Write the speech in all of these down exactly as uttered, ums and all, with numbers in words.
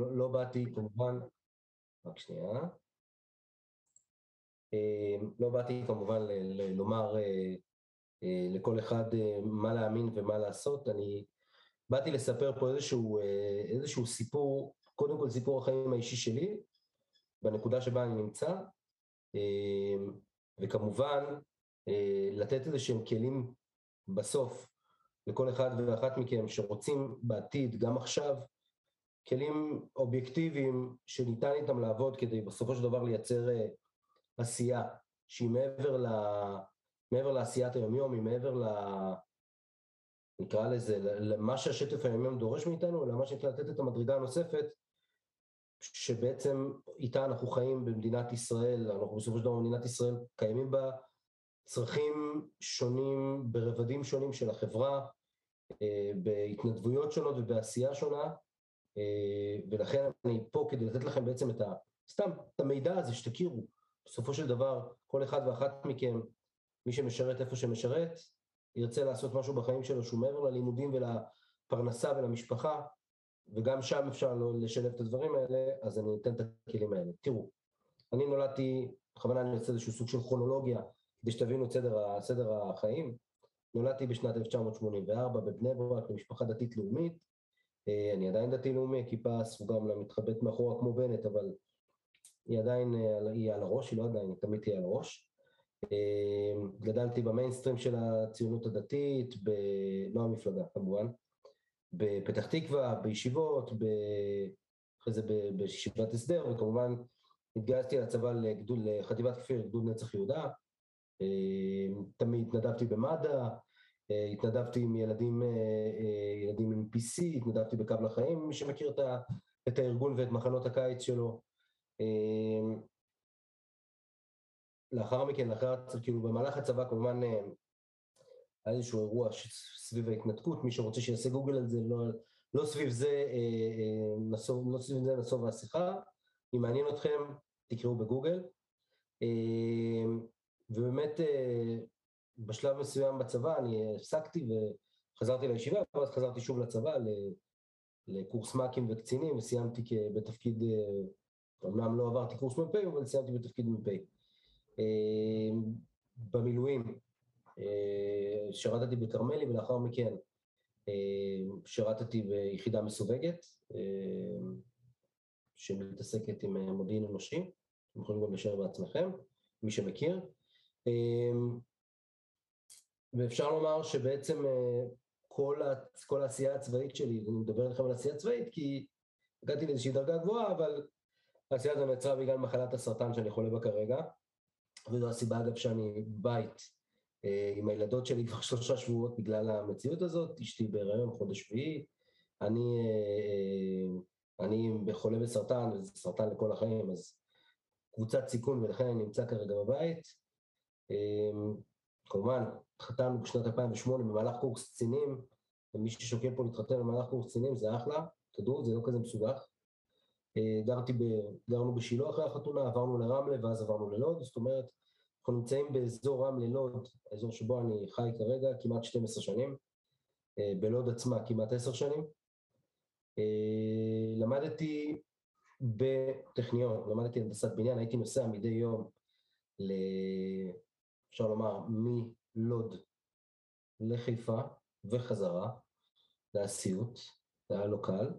לא, לא באתי כמובן, רק שנייה, לא באתי כמובן ל, ל, לומר לכל אחד מה להאמין ומה לעשות, אני באתי לספר פה איזשהו, איזשהו סיפור, קודם כל סיפור החיים האישי שלי, בנקודה שבה אני נמצא, וכמובן לתת איזה שהם כלים בסוף לכל אחד ואחת מכם שרוצים בעתיד, גם עכשיו, כלים אובייקטיביים שניתן איתם לעבוד כדי בסופו של דבר לייצר עשייה שהיא מעבר, ל... מעבר לעשיית היומיום, היא מעבר ל... נקרא לזה, למה שהשטף היומיום דורש מאיתנו, אלא מה שנקרא לתת את המדרגה הנוספת, שבעצם איתה אנחנו חיים במדינת ישראל, אנחנו בסופו של דבר במדינת ישראל קיימים בה צרכים שונים, ברבדים שונים של החברה, בהתנדבויות שונות ובעשייה שונה, ולכן אני פה כדי לתת לכם בעצם את ה... סתם, את המידע הזה שתכירו. בסופו של דבר, כל אחד ואחת מכם, מי שמשרת איפה שמשרת, ירצה לעשות משהו בחיים שלו שהוא מעבר ללימודים ולפרנסה ולמשפחה, וגם שם אפשר לא לשלב את הדברים האלה, אז אני אתן את הכלים האלה. תראו, אני נולדתי, בכוונה אני עושה איזשהו סוג של כרונולוגיה, כדי שתבינו את סדר, סדר החיים. נולדתי בשנת אלף תשע מאות שמונים וארבע בבני ברק, במשפחה דתית לאומית. אני עדיין דתי לאומי, כיפה סרוגה אמנם מתחבאת מאחורה כמו בנט, אבל היא עדיין, היא על הראש, היא לא עדיין, היא תמיד תהיה על הראש. גדלתי במיינסטרים של הציונות הדתית, לא המפלגה כמובן, בפתח תקווה, בישיבות, אחרי זה בישיבת הסדר, וכמובן התגייסתי לצבא לגדול, לחטיבת כפיר, גדוד נצח יהודה, תמיד התנדבתי במד"א, התנדבתי עם ילדים, ילדים עם פי סי, התנדבתי בקו לחיים, מי שמכיר את הארגון ואת מחנות הקיץ שלו. לאחר מכן, לאחר, כאילו במהלך הצבא כמובן היה איזשהו אירוע סביב ההתנתקות, מי שרוצה שיעשה גוגל על זה, לא, לא סביב זה נסוב, לא סביב זה נסוב השיחה, אם מעניין אתכם, תקראו בגוגל. ובאמת בשלב מסוים בצבא אני הפסקתי וחזרתי לישיבה, ואז חזרתי שוב לצבא לקורס מ"כים וקצינים, וסיימתי בתפקיד, אמנם לא עברתי קורס מ"פ, אבל סיימתי בתפקיד מ"פ. במילואים שרתתי בכרמלי, ולאחר מכן שרתתי ביחידה מסווגת, שמתעסקת עם מודיעין אנושי, אתם יכולים גם לשאר בעצמכם, מי שמכיר. ואפשר לומר שבעצם כל, כל העשייה הצבאית שלי, אני מדבר לכם על עשייה צבאית, כי הגעתי לאיזושהי דרגה גבוהה, אבל העשייה הזו נעצרה בגלל מחלת הסרטן שאני חולה בה כרגע, וזו הסיבה אגב שאני בבית עם הילדות שלי כבר שלושה שבועות בגלל המציאות הזאת, אשתי בהיריון חודש שביעי, אני, אני חולה בסרטן, וזה סרטן לכל החיים, אז קבוצת סיכון, ולכן אני נמצא כרגע בבית. כמובן, התחתנו בשנת אלפיים ושמונה במהלך קורס קצינים, ומי ששוקל פה להתחתן במהלך קורס קצינים זה אחלה, תדעו, זה לא כזה מסובך. גרתי ב, גרנו בשילה אחרי החתונה, עברנו לרמלה ואז עברנו ללוד, זאת אומרת, אנחנו נמצאים באזור רמלה לוד, האזור שבו אני חי כרגע כמעט שתים עשרה שנים, בלוד עצמה כמעט עשר שנים. למדתי בטכניון, למדתי הנדסת בניין, הייתי נוסע מדי יום, ל... אפשר לומר, מלוד לחיפה וחזרה, זה היה סיוט, זה היה לא קל.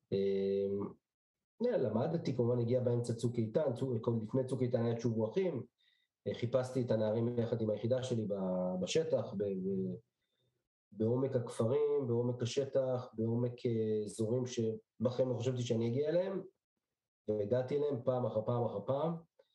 למדתי, כמובן הגיע באמצע צוק איתן, לפני צוק איתן היה תשובו אחים, חיפשתי את הנערים יחד עם היחידה שלי בשטח, בעומק הכפרים, בעומק השטח, בעומק אזורים שבכם לא חשבתי שאני אגיע אליהם, והגעתי אליהם פעם אחר פעם אחר פעם,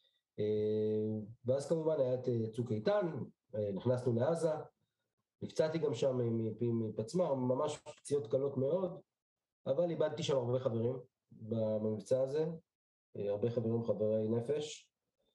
ואז כמובן היה את צוק איתן, נכנסנו לעזה, נפצעתי גם שם מפצמ"ר, ממש פציעות קלות מאוד, אבל איבדתי שם הרבה חברים במבצע הזה, הרבה חברים חברי נפש,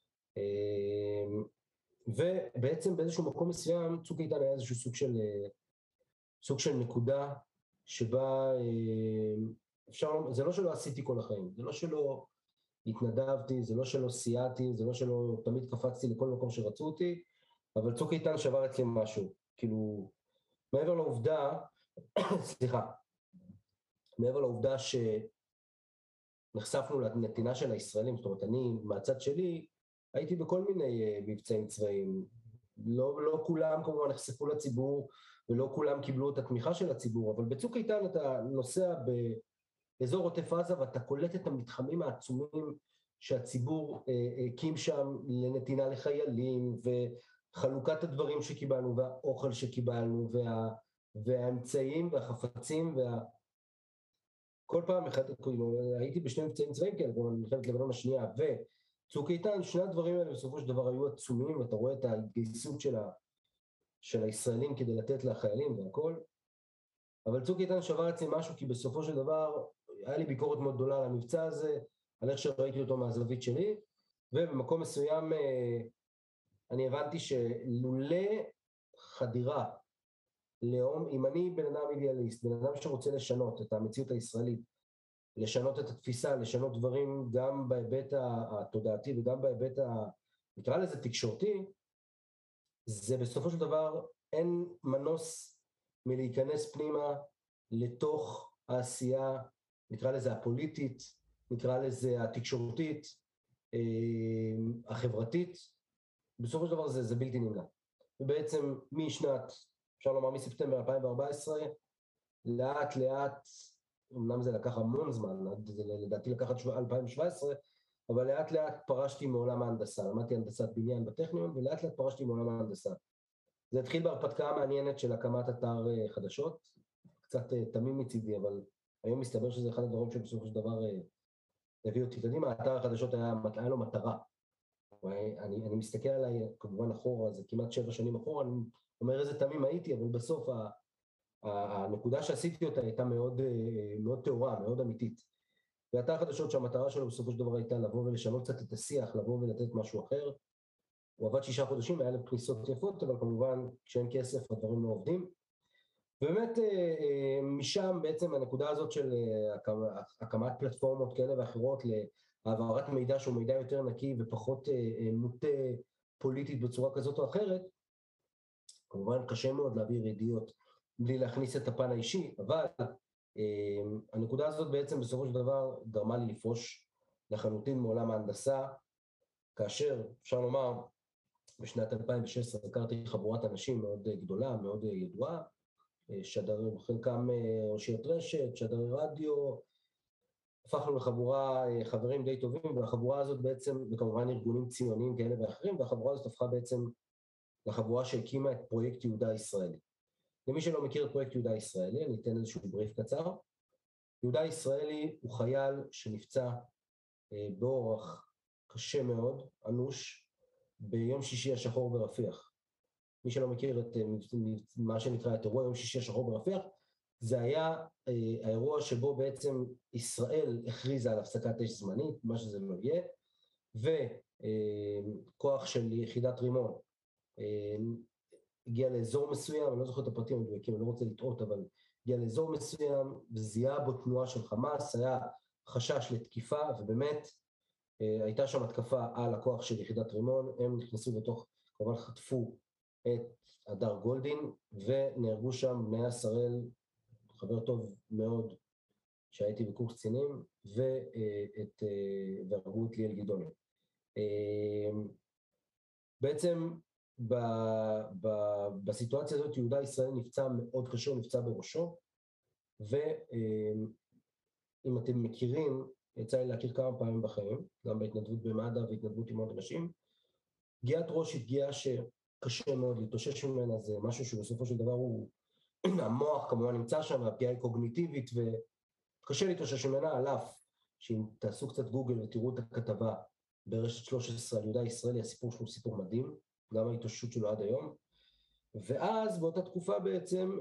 ובעצם באיזשהו מקום מסוים, צוק איתן היה איזשהו סוג של, סוג של נקודה שבה אפשר, זה לא שלא עשיתי כל החיים, זה לא שלא התנדבתי, זה לא שלא סייעתי, זה לא שלא תמיד קפצתי לכל מקום שרצו אותי, אבל צוק איתן שבר אצלי משהו, כאילו, מעבר לעובדה, סליחה, מעבר לעובדה שנתנו נחשפנו לנתינה של הישראלים, זאת אומרת, אני מהצד שלי, הייתי בכל מיני מבצעים צבאיים, לא, לא כולם כמובן נחשפו לציבור, ולא כולם קיבלו את התמיכה של הציבור, אבל בצוק איתן אתה נוסע באזור עוטף עזה, ואתה קולט את המתחמים העצומים שהציבור הקים שם לנתינה לחיילים, וחלוקת הדברים שקיבלנו, והאוכל שקיבלנו, וה, והאמצעים והחפצים, וה... כל פעם, אחד, הייתי בשני מבצעים צבאיים כאלה, כמו מלחמת לבנון השנייה, וצוק איתן, שני הדברים האלה בסופו של דבר היו עצומים, ואתה רואה את ההתגייסות של, ה, של הישראלים כדי לתת לחיילים והכל, אבל צוק איתן שבר אצלי משהו, כי בסופו של דבר, היה לי ביקורת מאוד גדולה על המבצע הזה, על איך שראיתי אותו מהזווית שלי, ובמקום מסוים אני הבנתי שלולא חדירה, לאום, אם אני בן אדם אידיאליסט, בן אדם שרוצה לשנות את המציאות הישראלית, לשנות את התפיסה, לשנות דברים גם בהיבט התודעתי וגם בהיבט, ה, נקרא לזה תקשורתי, זה בסופו של דבר אין מנוס מלהיכנס פנימה לתוך העשייה, נקרא לזה הפוליטית, נקרא לזה התקשורתית, החברתית, בסופו של דבר זה, זה בלתי נמנע. ובעצם משנת, אפשר לומר מספטמבר אלפיים וארבע עשרה, לאט לאט, אמנם זה לקח המון זמן, זה לדעתי לקח עד אלפיים שבע עשרה, אבל לאט לאט פרשתי מעולם ההנדסה, למדתי הנדסת בניין בטכניון, ולאט לאט פרשתי מעולם ההנדסה. זה התחיל בהרפתקה המעניינת של הקמת אתר חדשות, קצת תמים מצידי, אבל היום מסתבר שזה אחד הדברים שבסופו של דבר הביא אותי. אתם יודעים, האתר החדשות היה, היה לו מטרה. אני, אני מסתכל עליי כמובן אחורה, זה כמעט שבע שנים אחורה, אני אומר איזה תמים הייתי, אבל בסוף ה, ה, הנקודה שעשיתי אותה הייתה מאוד, מאוד תאורה, מאוד אמיתית. ואתר חדשות שהמטרה שלו בסופו של דבר הייתה לבוא ולשנות קצת את השיח, לבוא ולתת משהו אחר. הוא עבד שישה חודשים, היה להם כניסות יפות, אבל כמובן כשאין כסף הדברים לא עובדים. ובאמת משם בעצם הנקודה הזאת של הקמת פלטפורמות כאלה ואחרות להעברת מידע שהוא מידע יותר נקי ופחות מוטה פוליטית בצורה כזאת או אחרת, כמובן קשה מאוד להעביר ידיעות בלי להכניס את הפן האישי, אבל הנקודה הזאת בעצם בסופו של דבר גרמה לי לפרוש לחלוטין מעולם ההנדסה, כאשר אפשר לומר בשנת אלפיים ושש עשרה הכרתי חבורת אנשים מאוד גדולה, מאוד ידועה, שדרים, חלקם אושיות רשת, שדרי רדיו, הפכנו לחבורה, חברים די טובים, והחבורה הזאת בעצם, וכמובן ארגונים ציוניים כאלה ואחרים, והחבורה הזאת הפכה בעצם לחבורה שהקימה את פרויקט יהודה הישראלי. למי שלא מכיר את פרויקט יהודה הישראלי, אני אתן איזשהו בריף קצר. יהודה הישראלי הוא חייל שנפצע באורח קשה מאוד, אנוש, ביום שישי השחור ברפיח. מי שלא מכיר את מה שנקרא את אירוע יום שישי השחור ברפיח, זה היה האירוע שבו בעצם ישראל הכריזה על הפסקת אש זמנית, מה שזה לא יהיה, וכוח של יחידת רימון הגיע לאזור מסוים, אני לא זוכר את הפרטים המדויקים, אני לא רוצה לטעות, אבל הגיע לאזור מסוים, וזיהה בו תנועה של חמאס, היה חשש לתקיפה, ובאמת הייתה שם התקפה על הכוח של יחידת רימון, הם נכנסו לתוך, כמובן חטפו את הדר גולדין, ונהרגו שם בני השראל, חבר טוב מאוד שהייתי בקורס קצינים, ואת, והרגו את ליאל גדעון. בעצם ב, ב, בסיטואציה הזאת יהודה ישראל נפצע מאוד קשה, נפצע בראשו, ואם אתם מכירים, יצא לי להכיר כמה פעמים בחיים, גם בהתנדבות במד"א והתנדבות עם עוד אנשים, פגיעת ראש היא פגיעה שקשה מאוד להתאושש ממנה, זה משהו שבסופו של דבר הוא, המוח כמובן נמצא שם, והפגיעה היא קוגניטיבית, וקשה להתאושש ממנה, על אף שאם תעשו קצת גוגל ותראו את הכתבה ברשת שלוש עשרה על יהודה הישראלי, הסיפור שלו הוא סיפור מדהים, גם ההתאוששות שלו עד היום, ואז באותה תקופה בעצם,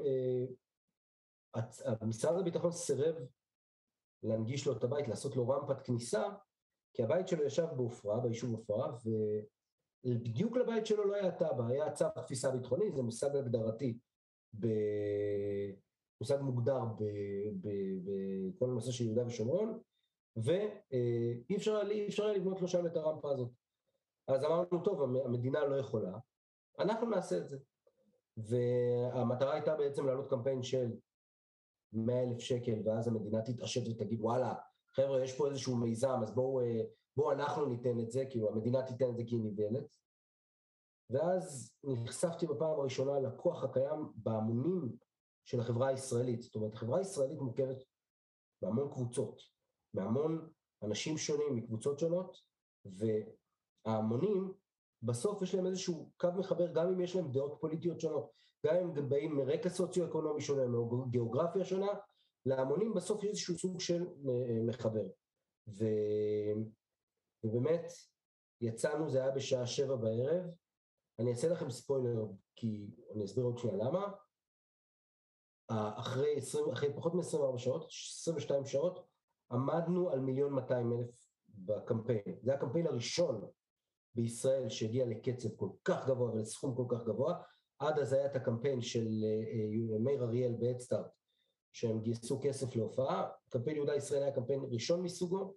משרד הביטחון סירב להנגיש לו את הבית, לעשות לו רמפת כניסה, כי הבית שלו ישב בעופרה, ביישוב עופרה, ובדיוק לבית שלו לא היה טאבע, היה צו תפיסה ביטחוני, זה מושג הגדרתי, מושג מוגדר בכל הנושא של יהודה ושומרון, ואי אפשר, אי אפשר לבנות לו שם את הרמפה הזאת. אז אמרנו, טוב, המדינה לא יכולה, אנחנו נעשה את זה. והמטרה הייתה בעצם לעלות קמפיין של מאה אלף שקל, ואז המדינה תתעשת ותגיד, וואלה, חבר'ה, יש פה איזשהו מיזם, אז בואו, בואו אנחנו ניתן את זה, כאילו המדינה תיתן את זה כי היא ניבלת. ואז נחשפתי בפעם הראשונה לכוח הקיים בהמונים של החברה הישראלית. זאת אומרת, החברה הישראלית מורכבת בהמון קבוצות, בהמון אנשים שונים מקבוצות שונות, וההמונים, בסוף יש להם איזשהו קו מחבר, גם אם יש להם דעות פוליטיות שונות, גם אם הם באים מרקע סוציו-אקונומי שונה, מגיאוגרפיה שונה, להמונים בסוף יש איזשהו סוג של מחבר. ו... ובאמת, יצאנו, זה היה בשעה שבע בערב, אני אעשה לכם ספוילר, כי אני אסביר עוד שנייה למה, אחרי, עשרים, אחרי פחות מ-עשרים וארבע שעות, עשרים ושתיים שעות, עמדנו על מיליון מאתיים אלף בקמפיין. זה הקמפיין הראשון בישראל שהגיע לקצב כל כך גבוה ולסכום כל כך גבוה. עד אז היה את הקמפיין של מאיר אריאל בהדסטארט, שהם גייסו כסף להופעה. קמפיין יהודה ישראל היה קמפיין ראשון מסוגו,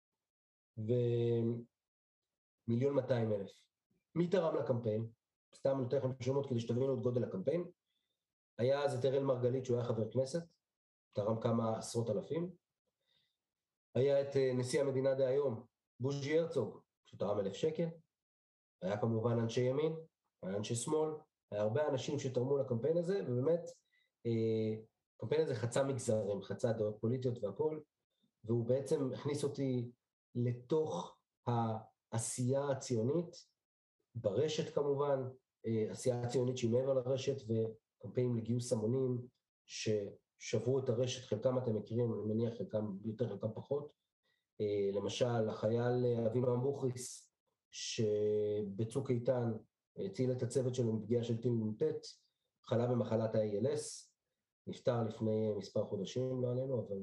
ומיליון מאתיים אלף. מי תרם לקמפיין? סתם נותן לכם שמות כדי שתבינו את גודל הקמפיין. היה אז את אראל מרגלית, שהוא היה חבר כנסת, תרם כמה עשרות אלפים. היה את נשיא המדינה דהיום, בוז'י הרצוג, שתרם אלף שקל. היה כמובן אנשי ימין, היה אנשי שמאל, היה הרבה אנשים שתרמו לקמפיין הזה, ובאמת, הקמפיין הזה חצה מגזרים, חצה דעות פוליטיות והכל, והוא בעצם הכניס אותי לתוך העשייה הציונית, ברשת כמובן, עשייה הציונית שהיא מעבר לרשת, וקמפיינים לגיוס המונים ששברו את הרשת, חלקם אתם מכירים, אני מניח חלקם יותר, חלקם פחות. למשל, החייל אבינועם בוכריס, שבצוק איתן הציל את הצוות שלו מפגיעה של טיל נ"ט, חלה במחלת ה-איי אל אס, נפטר לפני מספר חודשים, לא עלינו, אבל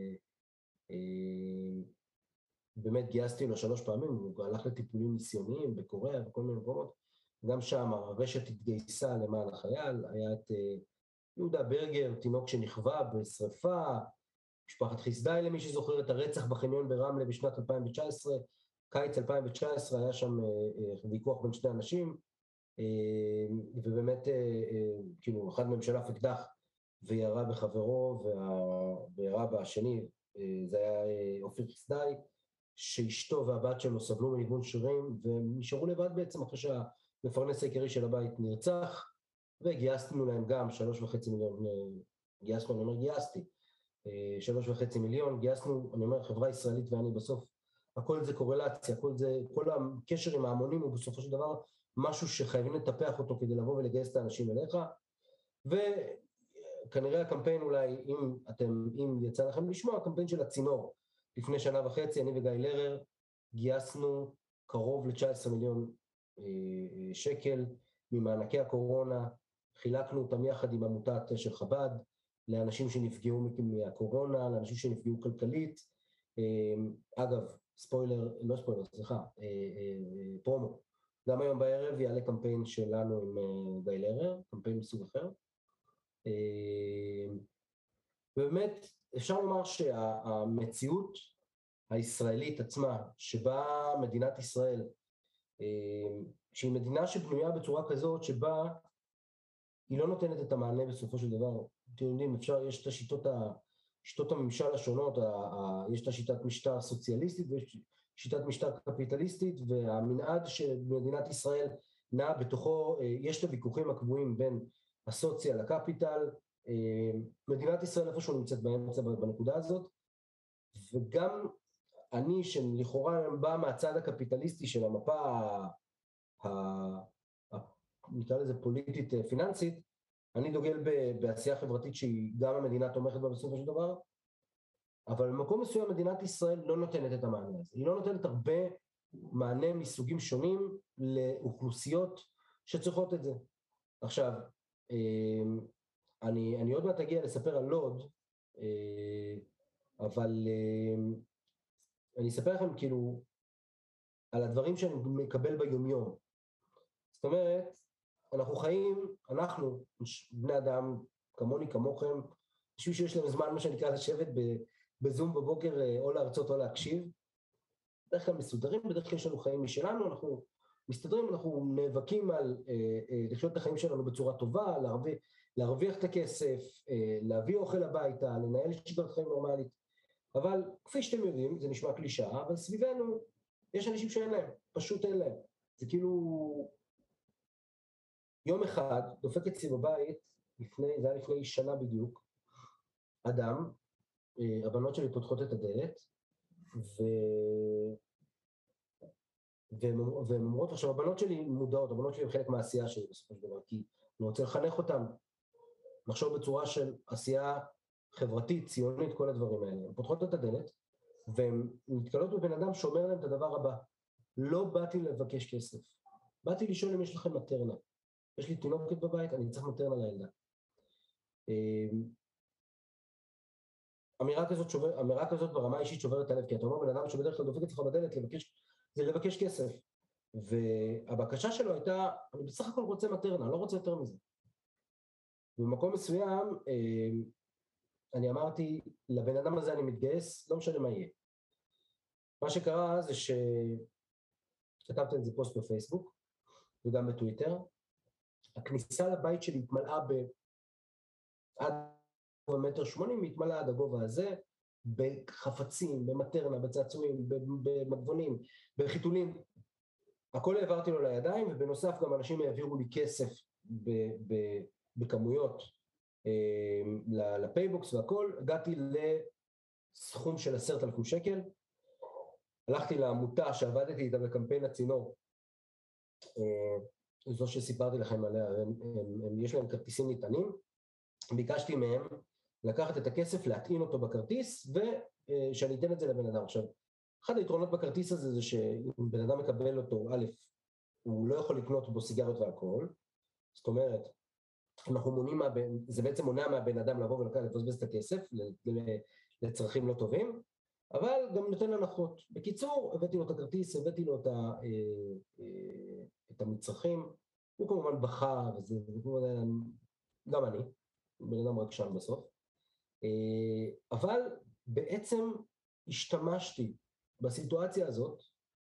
באמת גייסתי לו שלוש פעמים, הוא הלך לטיפולים ניסיוניים בקוריאה וכל מיני מקומות, גם שם הרשת התגייסה למען החייל, היה את יהודה ברגר, תינוק שנכווה בשריפה, משפחת חיסדאי למי שזוכר את הרצח בחניון ברמלה בשנת אלפיים תשע עשרה, קיץ אלפיים תשע עשרה היה שם ויכוח בין שני אנשים, ובאמת כאילו אחד מהם שלף אקדח וירה בחברו, וירה בשני, זה היה אופיר חיסדאי, שאשתו והבת שלו סבלו מניוון שרירים, והם נשארו לבד בעצם אחרי שהמפרנס העיקרי של הבית נרצח, וגייסנו להם גם שלוש וחצי מיליון, גייסנו, אני אומר גייסתי, שלוש וחצי מיליון, גייסנו, אני אומר חברה ישראלית ואני בסוף, הכל זה קורלציה, הכל זה, כל הקשר עם ההמונים הוא בסופו של דבר משהו שחייבים לטפח אותו כדי לבוא ולגייס את האנשים אליך, וכנראה הקמפיין אולי, אם אתם, אם יצא לכם לשמוע, הקמפיין של הצינור, לפני שנה וחצי, אני וגיא לרר גייסנו קרוב ל-תשע עשרה מיליון אה, שקל ממענקי הקורונה, חילקנו אותם יחד עם עמותת של חב"ד, לאנשים שנפגעו מהקורונה, לאנשים שנפגעו כלכלית. אה, אגב, ספוילר, לא ספוילר, סליחה, אה, אה, פרומו. גם היום בערב יעלה קמפיין שלנו עם אה, גיא לרר, קמפיין מסוג אחר. אה, ובאמת, אפשר לומר שהמציאות הישראלית עצמה, שבה מדינת ישראל, שהיא מדינה שבנויה בצורה כזאת, שבה היא לא נותנת את המענה בסופו של דבר. אתם יודעים, אפשר, יש את השיטות, שיטות הממשל השונות, יש את השיטת משטר סוציאליסטית, ויש שיטת משטר קפיטליסטית, והמנעד שמדינת ישראל נע בתוכו, יש את הוויכוחים הקבועים בין הסוציאל לקפיטל, מדינת ישראל איפשהו נמצאת באמצע בנקודה הזאת, וגם אני שלכאורה בא מהצד הקפיטליסטי של המפה, ה, ה, נקרא לזה פוליטית פיננסית, אני דוגל בעשייה חברתית שהיא גם המדינה תומכת בה בסופו של דבר, אבל במקום מסוים מדינת ישראל לא נותנת את המענה הזה, היא לא נותנת הרבה מענה מסוגים שונים לאוכלוסיות שצריכות את זה. עכשיו, אני, אני עוד מעט אגיע לספר על לוד, אבל אני אספר לכם כאילו על הדברים שאני מקבל ביומיום. זאת אומרת, אנחנו חיים, אנחנו, בני אדם, כמוני, כמוכם, אנשים שיש להם זמן, מה שנקרא, לשבת בזום בבוקר, או להרצות או להקשיב, בדרך כלל מסודרים, בדרך כלל יש לנו חיים משלנו, אנחנו מסתדרים, אנחנו נאבקים על אה, אה, לחיות את החיים שלנו בצורה טובה, להרוויח, להרוויח את הכסף, אה, להביא אוכל הביתה, לנהל שגרת חיים נורמלית, אבל כפי שאתם יודעים, זה נשמע קלישאה, אבל סביבנו יש אנשים שאין להם, פשוט אין להם. זה כאילו, יום אחד דופק אצלי בבית, לפני, זה היה לפני שנה בדיוק, אדם, הבנות שלי פותחות את הדלת, ו... והן אומרות, עכשיו הבנות שלי מודעות, הבנות שלי הן חלק מהעשייה שלי בסופו של דבר, כי אני רוצה לחנך אותם, לחשוב בצורה של עשייה חברתית, ציונית, כל הדברים האלה. הן פותחות את הדלת, והן מתקלות בבן אדם שאומר להם את הדבר הבא, לא באתי לבקש כסף, באתי לשאול אם יש לכם מטרנה. יש לי תינוקת בבית, אני צריך מטרנה לילדה. אמירה כזאת, שובר, אמירה כזאת ברמה האישית שוברת הלב, כי אתה אומר בן אדם שבדרך כלל דופק אצלך בדלת לבקש, זה לבקש כסף. והבקשה שלו הייתה, אני בסך הכל רוצה מטרנה, לא רוצה יותר מזה. במקום מסוים, אני אמרתי, לבן אדם הזה אני מתגייס, לא משנה מה יהיה. מה שקרה זה שכתבתי את זה פוסט בפייסבוק, וגם בטוויטר, הכניסה לבית שלי התמלאה ב... עד מטר שמונים, התמלאה עד הגובה הזה, בחפצים, במטרנה, בצעצועים, במגבונים, בחיתולים. הכל העברתי לו לידיים, ובנוסף גם אנשים העבירו לי כסף בכמויות לפייבוקס והכל. הגעתי לסכום של עשרת אלפים שקל, הלכתי לעמותה שעבדתי איתה בקמפיין הצינור, זו שסיפרתי לכם עליה, הם, הם, הם, יש להם כרטיסים נטענים, ביקשתי מהם לקחת את הכסף, להטעין אותו בכרטיס, ושאני אתן את זה לבן אדם. עכשיו, אחד היתרונות בכרטיס הזה זה שאם בן אדם מקבל אותו, א', הוא לא יכול לקנות בו סיגריות ואלכוהול, זאת אומרת, אנחנו מונעים מהבן, זה בעצם מונע מהבן אדם לבוא ולקחת לבזבז את הכסף לצרכים לא טובים, אבל גם נותן הנחות. בקיצור, הבאתי לו את הכרטיס, הבאתי לו את, ה, את המצרכים, הוא כמובן בכה, וזה, גם אני, בן אדם רק שם בסוף, אבל בעצם השתמשתי בסיטואציה הזאת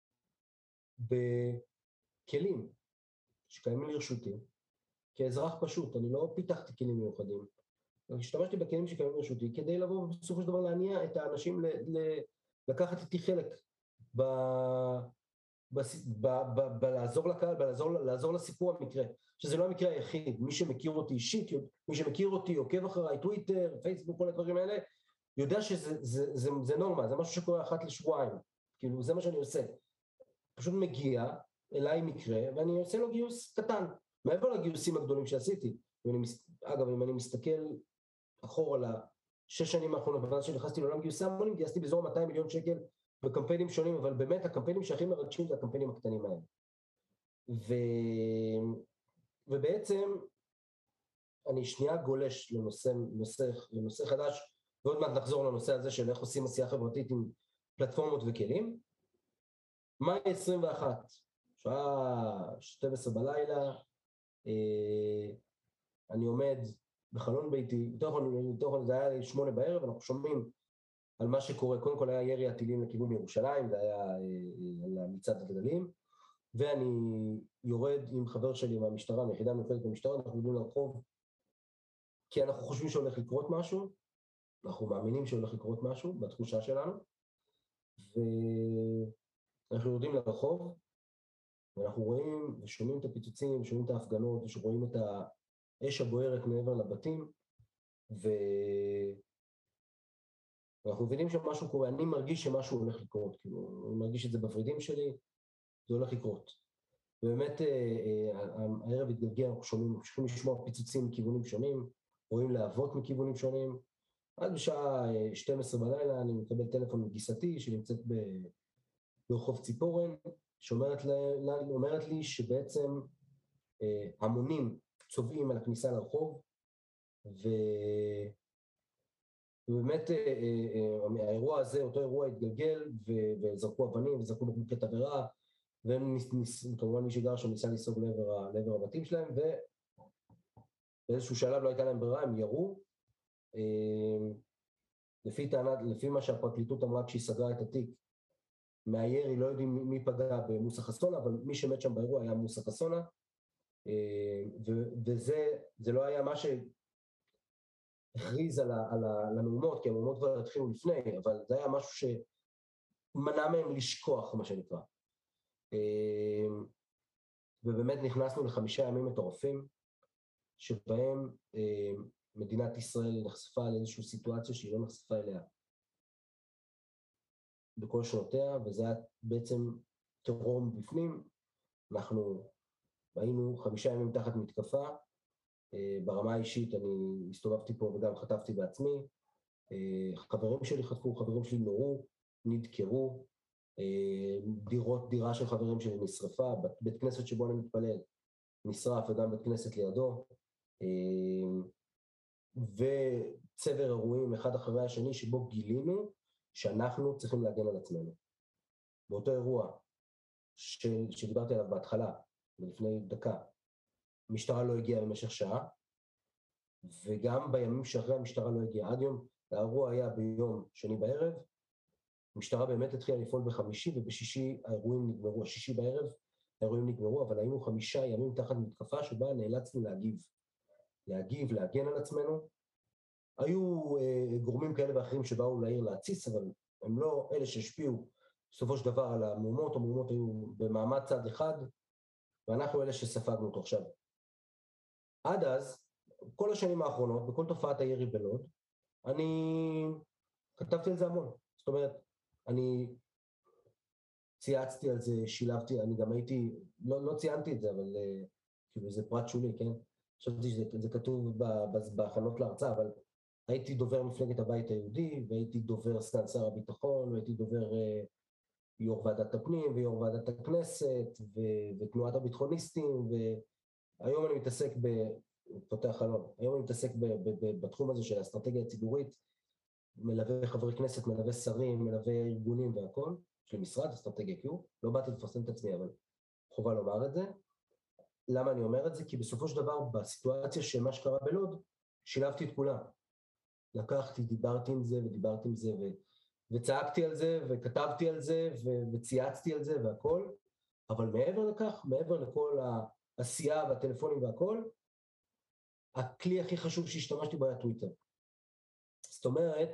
בכלים שקיימים לרשותי, כאזרח פשוט, אני לא פיתחתי כלים מיוחדים, השתמשתי בכלים שקיימים לרשותי כדי לבוא בסופו של דבר להניע את האנשים ל, ל, לקחת איתי חלק ב, ב, ב, ב, ב, לעזור לקהל, לעזור, לעזור לסיפור המקרה, שזה לא המקרה היחיד. מי שמכיר אותי אישית, מי שמכיר אותי, עוקב אחריי, טוויטר, פייסבוק, כל הדברים האלה, יודע שזה זה, זה, זה נורמה, זה משהו שקורה אחת לשבועיים, כאילו זה מה שאני עושה, פשוט מגיע אליי מקרה ואני עושה לו גיוס קטן, מעבר לגיוסים הגדולים שעשיתי. אגב, אם אני מסתכל אחורה לשש שנים האחרונות, בזמן שנכנסתי לעולם גיוסי המונים, גייסתי באזור מאתיים מיליון שקל בקמפיינים שונים, אבל באמת הקמפיינים שהכי מרגשים זה הקמפיינים הקטנים האלה. ו... ובעצם אני שנייה גולש לנושא, לנושא, לנושא חדש, ועוד מעט נחזור לנושא הזה של איך עושים עשייה חברתית עם פלטפורמות וכלים. מאי עשרים ואחת, שעה שתים עשרה בלילה, אני עומד בחלון ביתי, יותר זה היה שמונה בערב, אנחנו שומעים על מה שקורה. קודם כל היה ירי הטילים לכיוון ירושלים, זה היה על מצעד הגדולים, ואני יורד עם חבר שלי מהמשטרה, מיחידה המיוחדת במשטרה, אנחנו יורדים לרחוב, כי אנחנו חושבים שהולך לקרות משהו, אנחנו מאמינים שהולך לקרות משהו, בתחושה שלנו, ואנחנו יורדים לרחוב, ואנחנו רואים ושומעים את הפיצוצים, ושומעים את ההפגנות, ושרואים את האש הבוערת מעבר לבתים, ואנחנו מבינים שמשהו קורה. אני מרגיש שמשהו הולך לקרות, כאילו, אני מרגיש את זה בוורידים שלי, זה הולך לקרות. ובאמת, הערב התגלגל, אנחנו שומעים, ממשיכים לשמוע פיצוצים מכיוונים שונים, רואים להבות מכיוונים שונים, עד בשעה שתים עשרה בלילה אני מקבל טלפון מגיסתי, שנמצאת ברחוב ציפורן, שאומרת לי, לי שבעצם המונים צובעים על הכניסה לרחוב, ו... ובאמת האירוע הזה, אותו אירוע התגלגל, וזרקו אבנים וזרקו בקבוקי תבערה, וכמובן מי שגר שם ניסה לסוג לעבר, לעבר הבתים שלהם, ובאיזשהו שלב לא הייתה להם ברירה, הם ירו. לפי טענת, לפי מה שהפרקליטות אמרה כשהיא סגרה את התיק, מהירי לא יודעים מי פגע במוסא חסונה, אבל מי שמת שם באירוע היה מוסא חסונה, וזה זה לא היה מה ש... הכריז על, ה, על, ה, על המהומות, כי המהומות כבר התחילו לפני, אבל זה היה משהו שמנע מהם לשכוח, מה שנקרא. ובאמת נכנסנו לחמישה ימים מטורפים, שבהם מדינת ישראל נחשפה לאיזושהי סיטואציה שהיא לא נחשפה אליה בכל שנותיה, וזה היה בעצם טרור מבפנים. אנחנו היינו חמישה ימים תחת מתקפה, ברמה האישית אני הסתובבתי פה וגם חטפתי בעצמי, חברים שלי חטפו, חברים שלי נורו, נדקרו, דירות, דירה של חברים שלי נשרפה, בית כנסת שבו אני מתפלל נשרף וגם בית כנסת לידו, וצבר אירועים אחד אחרי השני שבו גילינו שאנחנו צריכים להגן על עצמנו. באותו אירוע של, שדיברתי עליו בהתחלה, לפני דקה, המשטרה לא הגיעה במשך שעה, וגם בימים שאחרי המשטרה לא הגיעה, עד יום, האירוע היה ביום שני בערב, המשטרה באמת התחילה לפעול בחמישי, ובשישי האירועים נגמרו, השישי בערב האירועים נגמרו, אבל היינו חמישה ימים תחת מתקפה שבה נאלצנו להגיב, להגיב, להגן על עצמנו. היו אה, גורמים כאלה ואחרים שבאו לעיר להציץ, אבל הם לא אלה שהשפיעו בסופו של דבר על המהומות, המהומות היו במעמד צד אחד, ואנחנו אלה שספגנו אותו עכשיו. עד אז, כל השנים האחרונות, בכל תופעת הירי בלוד, אני כתבתי על זה המון. זאת אומרת, אני צייצתי על זה, שילבתי, אני גם הייתי, לא, לא ציינתי את זה, אבל uh, כאילו זה פרט שולי, כן? חשבתי שזה זה כתוב בהכנות להרצאה, אבל הייתי דובר מפלגת הבית היהודי, והייתי דובר סגן שר הביטחון, והייתי דובר uh, יו"ר ועדת הפנים, ויו"ר ועדת הכנסת, ו- ותנועת הביטחוניסטים, והיום אני מתעסק ב... פותח חלון, היום אני מתעסק ב- ב- ב- בתחום הזה של האסטרטגיה הציבורית, מלווה חברי כנסת, מלווה שרים, מלווה ארגונים והכל, של משרד אסטרטגיה קיו, לא באתי לפרסם את עצמי, אבל חובה לומר את זה. למה אני אומר את זה? כי בסופו של דבר, בסיטואציה של מה שקרה בלוד, שילבתי את כולם. לקחתי, דיברתי עם זה, ודיברתי עם זה, ו... וצעקתי על זה, וכתבתי על זה, ו... וצייצתי על זה והכל, אבל מעבר לכך, מעבר לכל העשייה והטלפונים והכל, הכלי הכי חשוב שהשתמשתי בו היה טוויטר. זאת אומרת,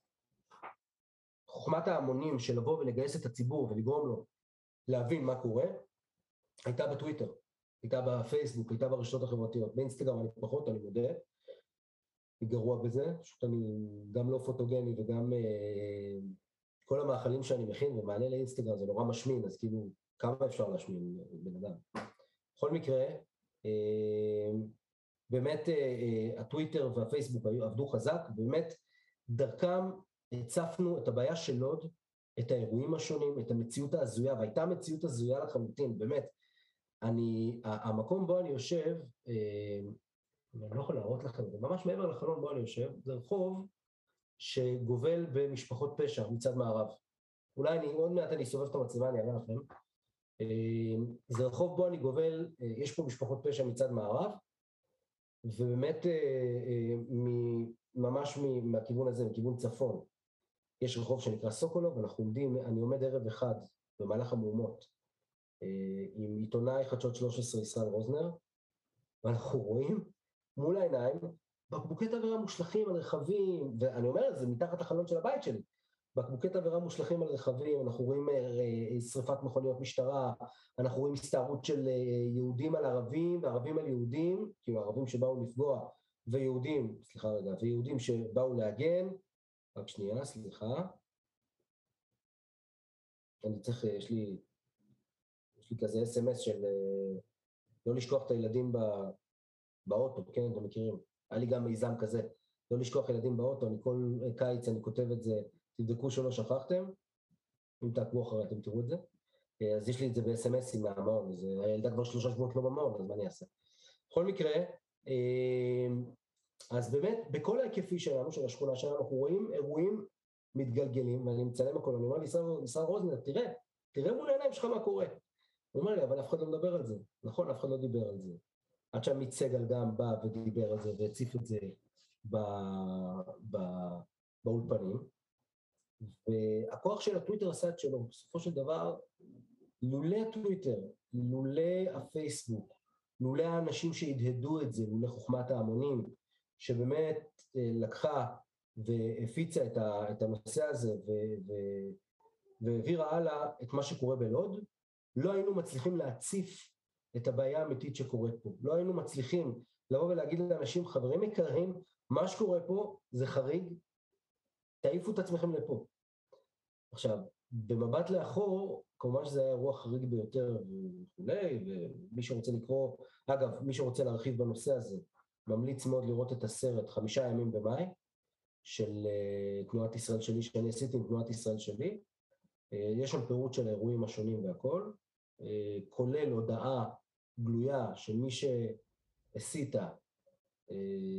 חוכמת ההמונים של לבוא ולגייס את הציבור ולגרום לו להבין מה קורה, הייתה בטוויטר, הייתה בפייסבוק, הייתה ברשתות החברתיות, באינסטגרם אני פחות, אני מודה, אני גרוע בזה, פשוט אני גם לא פוטוגני וגם אה, כל המאכלים שאני מכין ומעלה לאינסטגרם זה נורא משמין, אז כאילו כמה אפשר להשמין בן אדם. בכל מקרה, אה, באמת אה, אה, הטוויטר והפייסבוק עבדו חזק, באמת דרכם הצפנו את הבעיה של לוד, את האירועים השונים, את המציאות ההזויה, והייתה מציאות הזויה לחלוטין, באמת. אני, המקום בו אני יושב, אני לא יכול להראות לכם, זה ממש מעבר לחלון בו אני יושב, זה רחוב שגובל במשפחות פשע מצד מערב. אולי אני, עוד מעט אני אסובב את המצלמה, אני אראה לכם. זה רחוב בו אני גובל, יש פה משפחות פשע מצד מערב, ובאמת ממש מהכיוון הזה, מכיוון צפון, יש רחוב שנקרא סוקולוב, ואנחנו עומדים, אני עומד ערב אחד במהלך המהומות, עם עיתונאי חדשות שלוש עשרה ישראל רוזנר, ואנחנו רואים מול העיניים בקבוקי תבערה מושלכים על רכבים, ואני אומר, זה מתחת לחלון של הבית שלי, בקבוקי תבערה מושלכים על רכבים, אנחנו רואים שריפת מכוניות משטרה, אנחנו רואים הסתערות של יהודים על ערבים, וערבים על יהודים, כאילו ערבים שבאו לפגוע, ויהודים, סליחה רגע, ויהודים שבאו להגן, רק שנייה, סליחה, אני צריך, יש לי, יש לי כזה אס אם אס של לא לשכוח את הילדים באוטו, כן, אתם מכירים, היה לי גם מיזם כזה, לא לשכוח ילדים באוטו, אני כל קיץ אני כותב את זה, תבדקו שלא שכחתם, אם תעקבו אחרי אתם תראו את זה, אז יש לי את זה ב-אס אם אסים מהמעון, אז הילדה כבר שלושה שבועות לא במעון, אז מה אני אעשה? בכל מקרה, אז באמת, בכל ההיקפי שלנו, של השכונה שלנו, אנחנו רואים אירועים מתגלגלים, ואני מצלם הכל, אני אומר לי, ישראל רוזנר, תראה, תראה מול העיניים שלך מה קורה. הוא אומר לי, אבל אף אחד לא מדבר על זה. נכון, אף אחד לא דיבר על זה. עד שעמית סגל גם בא ודיבר על זה, והציף את זה באולפנים. והכוח של הטוויטר עשה את שלו, בסופו של דבר, לולא הטוויטר, לולא הפייסבוק, לולא האנשים שהדהדו את זה, לולא חוכמת ההמונים, שבאמת לקחה והפיצה את, ה, את הנושא הזה ו, ו, והעבירה הלאה את מה שקורה בלוד, לא היינו מצליחים להציף את הבעיה האמיתית שקורית פה. לא היינו מצליחים לבוא ולהגיד לאנשים, חברים יקרים, מה שקורה פה זה חריג, תעיפו את עצמכם לפה. עכשיו, במבט לאחור, כמובן שזה היה אירוע חריג ביותר וכולי, ומי שרוצה לקרוא, אגב, מי שרוצה להרחיב בנושא הזה, ממליץ מאוד לראות את הסרט חמישה ימים במאי, של uh, תנועת ישראל שלי, שאני עשיתי עם תנועת ישראל שלי. Uh, יש שם פירוט של האירועים השונים והכל, uh, כולל הודעה גלויה של מי שהסיתה uh,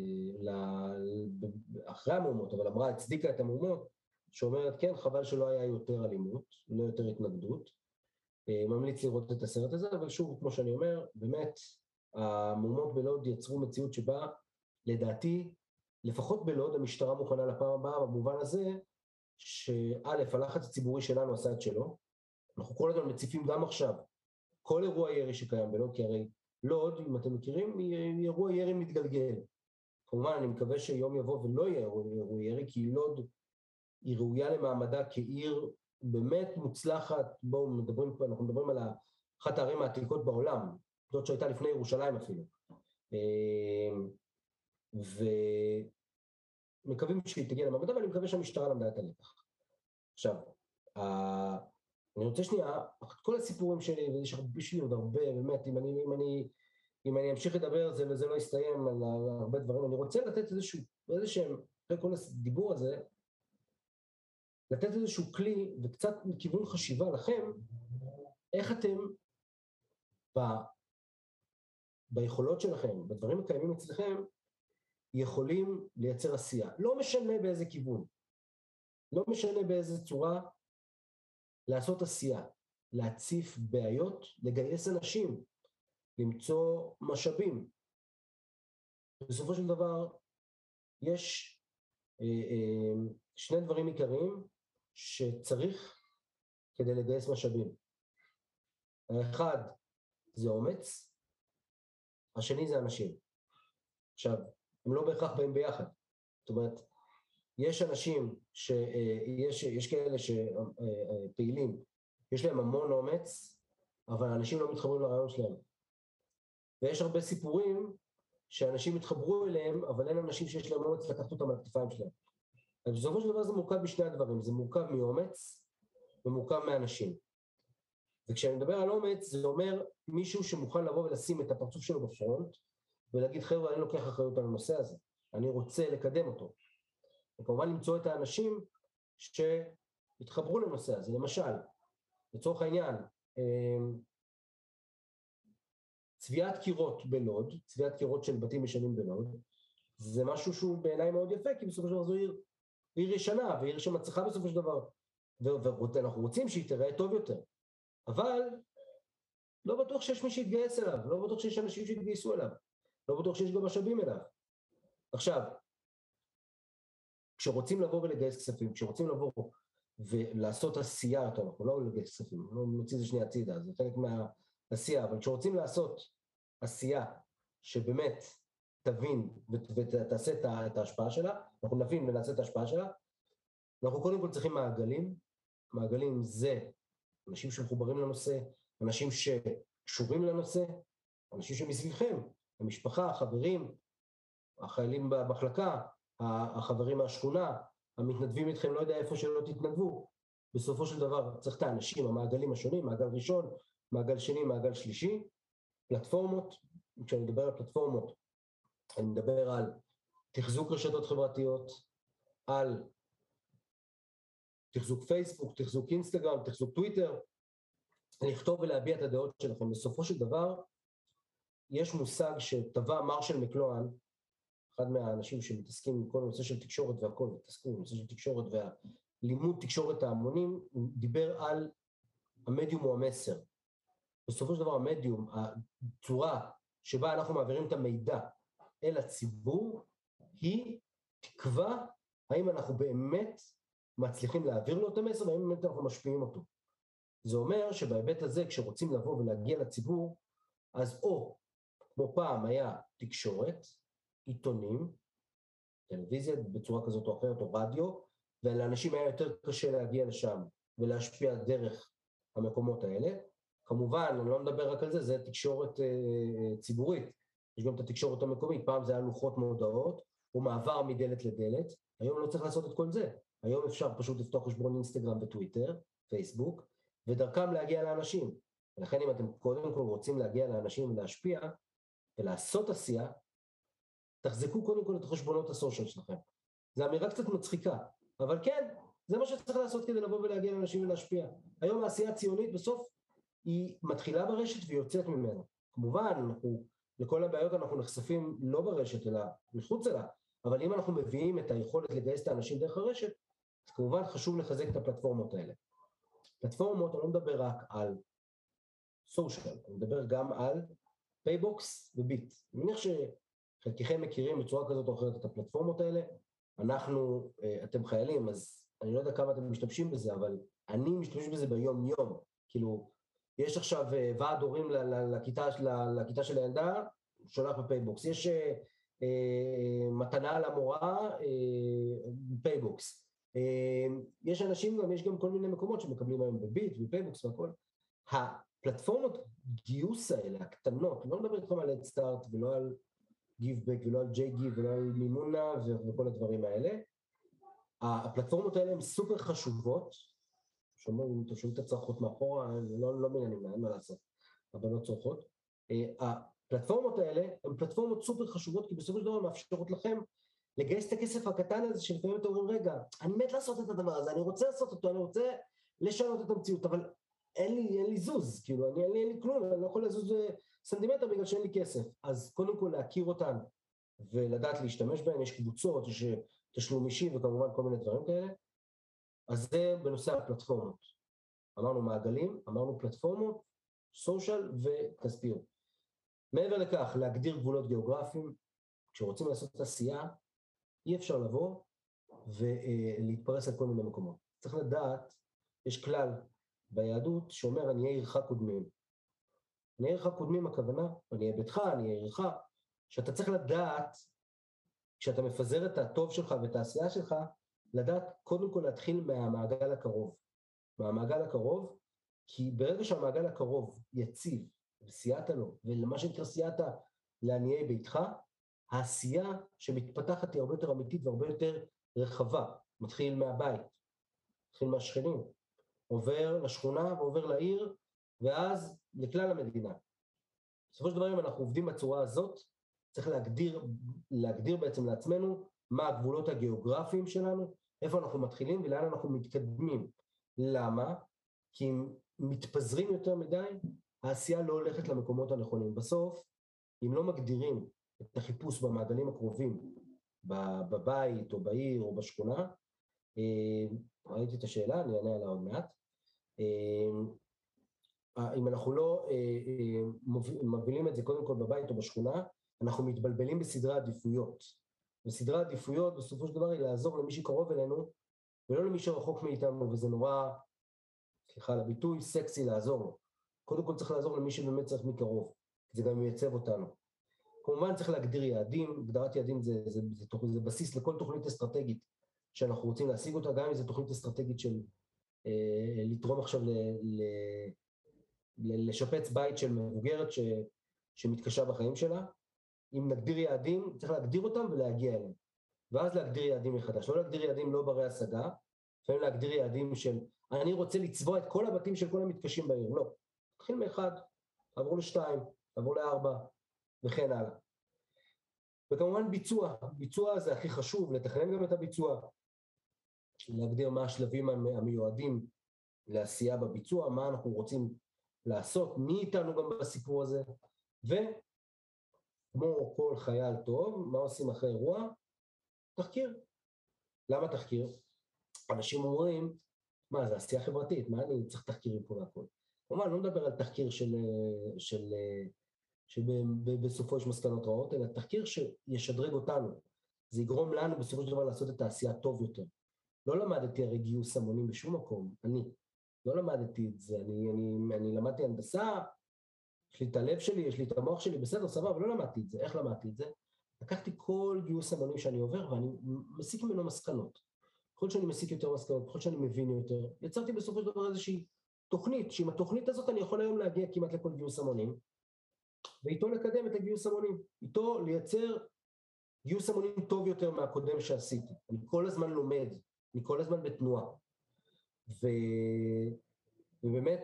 אחרי המהומות, אבל אמרה, הצדיקה את המהומות, שאומרת, כן, חבל שלא היה יותר אלימות, לא יותר התנגדות. Uh, ממליץ לראות את הסרט הזה, אבל שוב, כמו שאני אומר, באמת, המהומות בלוד יצרו מציאות שבה, לדעתי, לפחות בלוד המשטרה מוכנה לפעם הבאה, במובן הזה, שא', הלחץ הציבורי שלנו עשה את שלו, אנחנו כל הזמן מציפים גם עכשיו, כל אירוע ירי שקיים בלוד, כי הרי לוד, אם אתם מכירים, היא אירוע ירי מתגלגל. כמובן, אני מקווה שיום יבוא ולא יהיה אירוע ירי, כי לוד היא ראויה למעמדה כעיר באמת מוצלחת, בואו מדברים, אנחנו מדברים על אחת הערים העתיקות בעולם, זאת שהייתה לפני ירושלים אפילו. ומקווים שהיא תגיע למעמדה, ואני מקווה שהמשטרה למדה את הלקח. עכשיו, אני רוצה שנייה, כל הסיפורים שלי, ויש בשביל עוד הרבה, באמת, אם אני, אם אני, אם אני אמשיך לדבר, זה, זה לא יסתיים על הרבה דברים, אני רוצה לתת איזשהו, איזשהם, אחרי כל הדיבור הזה, לתת איזשהו כלי, וקצת מכיוון חשיבה לכם, איך אתם, ב, ביכולות שלכם, בדברים הקיימים אצלכם, יכולים לייצר עשייה. לא משנה באיזה כיוון, לא משנה באיזה צורה, לעשות עשייה, להציף בעיות, לגייס אנשים, למצוא משאבים. בסופו של דבר, יש אה, אה, שני דברים עיקריים שצריך כדי לגייס משאבים. האחד זה אומץ, השני זה אנשים. עכשיו, הם לא בהכרח באים ביחד. זאת אומרת, יש אנשים, שיש, יש כאלה שפעילים, יש להם המון אומץ, אבל אנשים לא מתחברים לרעיון שלהם. ויש הרבה סיפורים שאנשים מתחברו אליהם, אבל אין אנשים שיש להם אומץ לקחת אותם על הכתפיים שלהם. אז בסופו של דבר זה מורכב משני הדברים, זה מורכב מאומץ ומורכב מאנשים. וכשאני מדבר על אומץ, זה אומר מישהו שמוכן לבוא ולשים את הפרצוף שלו בפרונט, ולהגיד, חבר'ה, אני לוקח אחריות על הנושא הזה, אני רוצה לקדם אותו. וכמובן למצוא את האנשים שהתחברו לנושא הזה, למשל, לצורך העניין, צביעת קירות בלוד, צביעת קירות של בתים ישנים בלוד, זה משהו שהוא בעיניי מאוד יפה, כי בסופו של דבר זו עיר, עיר ישנה, ועיר שמצליחה בסופו של דבר, ואנחנו רוצים שהיא תראה טוב יותר. אבל לא בטוח שיש מי שיתגייס אליו, לא בטוח שיש אנשים שיתגייסו אליו, לא בטוח שיש גם משאבים אליו. עכשיו, כשרוצים לבוא ולגייס כספים, כשרוצים לבוא ולעשות עשייה, יותר, אנחנו לא לגייס כספים, לא נוציא זה שנייה הצידה, זה חלק מהעשייה, אבל כשרוצים לעשות עשייה שבאמת תבין ותעשה את ההשפעה שלה, אנחנו נבין ונעשה את ההשפעה שלה, אנחנו קודם כל צריכים מעגלים, מעגלים זה אנשים שמחוברים לנושא, אנשים שקשורים לנושא, אנשים שמסביבכם, המשפחה, החברים, החיילים במחלקה, החברים מהשכונה, המתנדבים איתכם, לא יודע איפה שלא תתנדבו, בסופו של דבר צריך את האנשים, המעגלים השונים, מעגל ראשון, מעגל שני, מעגל שלישי, פלטפורמות, כשאני מדבר על פלטפורמות, אני מדבר על תחזוק רשתות חברתיות, על תחזוק פייסבוק, תחזוק אינסטגרם, תחזוק טוויטר, לכתוב ולהביע את הדעות שלכם. בסופו של דבר, יש מושג שטבע מרשל מקלוהן, אחד מהאנשים שמתעסקים עם כל הנושא של תקשורת והכל, מתעסקים עם הנושא של תקשורת והלימוד תקשורת ההמונים, הוא דיבר על המדיום הוא המסר. בסופו של דבר המדיום, הצורה שבה אנחנו מעבירים את המידע אל הציבור, היא תקווה האם אנחנו באמת מצליחים להעביר לו את המסר, והאם באמת אנחנו משפיעים אותו. זה אומר שבהיבט הזה, כשרוצים לבוא ולהגיע לציבור, אז או, כמו פעם היה תקשורת, עיתונים, טלוויזיה בצורה כזאת או אחרת, או רדיו, ולאנשים היה יותר קשה להגיע לשם ולהשפיע דרך המקומות האלה. כמובן, אני לא מדבר רק על זה, זה תקשורת אה, ציבורית, יש גם את התקשורת המקומית, פעם זה היה לוחות מודעות, או מעבר מדלת לדלת, היום לא צריך לעשות את כל זה, היום אפשר פשוט לפתוח חשבון אינסטגרם וטוויטר, פייסבוק, ודרכם להגיע לאנשים. ולכן אם אתם קודם כל רוצים להגיע לאנשים ולהשפיע, ולעשות עשייה, תחזקו קודם כל את חשבונות הסושיאל שלכם. זו אמירה קצת מצחיקה, אבל כן, זה מה שצריך לעשות כדי לבוא ולהגיע לאנשים ולהשפיע. היום העשייה הציונית בסוף היא מתחילה ברשת ויוצאת ממנה. כמובן, אנחנו, לכל הבעיות אנחנו נחשפים לא ברשת, אלא מחוץ לה, אבל אם אנחנו מביאים את היכולת לגייס את האנשים דרך הרשת, אז כמובן חשוב לחזק את הפלטפורמות האלה. פלטפורמות, אני לא מדבר רק על סושיאל, אני מדבר גם על פייבוקס וביט. אני מניח שחלקכם מכירים בצורה כזאת או אחרת את הפלטפורמות האלה, אנחנו, אתם חיילים, אז אני לא יודע כמה אתם משתמשים בזה, אבל אני משתמש בזה ביום יום, כאילו, יש עכשיו ועד הורים לכיתה, לכיתה של הילדה, שולח בפייבוקס, יש אה, מתנה למורה, אה, פייבוקס, אה, יש אנשים גם, יש גם כל מיני מקומות שמקבלים היום בביט, בפייבוקס והכל, הפלטפורמות גיוס האלה, הקטנות, לא מדבר איתכם על הדסטארט ולא על גיבבק ולא על ג'יי גיב ולא על מימונה וכל הדברים האלה, הפלטפורמות האלה הן סופר חשובות, שומעים, תושבים את הצרכות מאחורה, לא, לא מעניינים, אין מה לעשות, הבנות צורכות. הפלטפורמות האלה הן פלטפורמות סופר חשובות, כי בסופו של דבר מאפשרות לכם לגייס את הכסף הקטן הזה, שלפעמים אתם אומרים, רגע, אני מת לעשות את הדבר הזה, אני רוצה לעשות אותו, אני רוצה לשנות את המציאות, אבל אין לי, אין לי זוז, כאילו, אני, אין לי, אין לי כלום, אני לא יכול לזוז סנטימטר בגלל שאין לי כסף. אז קודם כל להכיר אותן ולדעת להשתמש בהן, יש קבוצות, יש תשלום אישי וכמובן כל מיני דברים כאלה. אז זה בנושא הפלטפורמות. אמרנו מעגלים, אמרנו פלטפורמות, סושיאל וכספיות. מעבר לכך, להגדיר גבולות גיאוגרפיים, כשרוצים לעשות עשייה, אי אפשר לבוא ולהתפרס על כל מיני מקומות. צריך לדעת, יש כלל ביהדות שאומר, אני אהיה עירך קודמים. אני אהיה עירך קודמים הכוונה, אני אהיה ביתך, אני אהיה עירך, שאתה צריך לדעת, כשאתה מפזר את הטוב שלך ואת העשייה שלך, לדעת קודם כל להתחיל מהמעגל הקרוב. מהמעגל הקרוב, כי ברגע שהמעגל הקרוב יציב, וסייעת לו, ולמה שנקרא סייעת לעניי ביתך, העשייה שמתפתחת היא הרבה יותר אמיתית והרבה יותר רחבה. מתחיל מהבית, מתחיל מהשכנים, עובר לשכונה ועובר לעיר, ואז לכלל המדינה. בסופו של דבר, אם אנחנו עובדים בצורה הזאת, צריך להגדיר, להגדיר בעצם לעצמנו מה הגבולות הגיאוגרפיים שלנו, איפה אנחנו מתחילים ולאן אנחנו מתקדמים. למה? כי אם מתפזרים יותר מדי, העשייה לא הולכת למקומות הנכונים. בסוף, אם לא מגדירים את החיפוש במעגלים הקרובים, בבית או בעיר או בשכונה, ראיתי את השאלה, אני אענה עליה עוד מעט, אם אנחנו לא מובילים את זה קודם כל בבית או בשכונה, אנחנו מתבלבלים בסדרי עדיפויות. וסדרי עדיפויות בסופו של דבר היא לעזור למי שקרוב אלינו, ולא למי שרחוק מאיתנו, וזה נורא, סליחה על הביטוי, סקסי לעזור לו. קודם כל צריך לעזור למי שבאמת צריך מקרוב, זה גם מייצב אותנו. כמובן צריך להגדיר יעדים, הגדרת יעדים זה, זה, זה, זה, זה בסיס לכל תוכנית אסטרטגית שאנחנו רוצים להשיג אותה, גם אם זו תוכנית אסטרטגית של אה, לתרום עכשיו ל, ל, ל, לשפץ בית של מבוגרת ש, שמתקשה בחיים שלה. אם נגדיר יעדים, צריך להגדיר אותם ולהגיע אליהם. ואז להגדיר יעדים מחדש, לא להגדיר יעדים לא ברי השגה, לפעמים להגדיר יעדים של, אני רוצה לצבוע את כל הבתים של כל המתקשים בעיר, לא. תתחיל מאחד, עבור לשתיים, עבור לארבע, וכן הלאה. וכמובן ביצוע, ביצוע זה הכי חשוב, לתכנן גם את הביצוע, להגדיר מה השלבים המיועדים לעשייה בביצוע, מה אנחנו רוצים לעשות, מי איתנו גם בסיפור הזה, וכמו כל חייל טוב, מה עושים אחרי אירוע? תחקיר. למה תחקיר? אנשים אומרים, מה, זה עשייה חברתית, מה אני צריך תחקירים פה והכל? כלומר, אני לא מדבר על תחקיר של, של, שבסופו יש מסקנות רעות, אלא תחקיר שישדרג אותנו. זה יגרום לנו בסופו של דבר לעשות את העשייה טוב יותר. לא למדתי הרי גיוס המונים בשום מקום, אני. לא למדתי את זה, אני, אני, אני למדתי הנדסה, יש לי את הלב שלי, יש לי את המוח שלי, בסדר, סבבה, אבל לא למדתי את זה. איך למדתי את זה? לקחתי כל גיוס המונים שאני עובר, ואני מסיק ממנו מסקנות. ככל שאני מסיק יותר מסקנות, ככל שאני מבין יותר, יצרתי בסופו של דבר איזושהי תוכנית, שעם התוכנית הזאת אני יכול היום להגיע כמעט לכל גיוס המונים, ואיתו לקדם את הגיוס המונים, איתו לייצר גיוס המונים טוב יותר מהקודם שעשיתי. אני כל הזמן לומד, אני כל הזמן בתנועה. ו... ובאמת,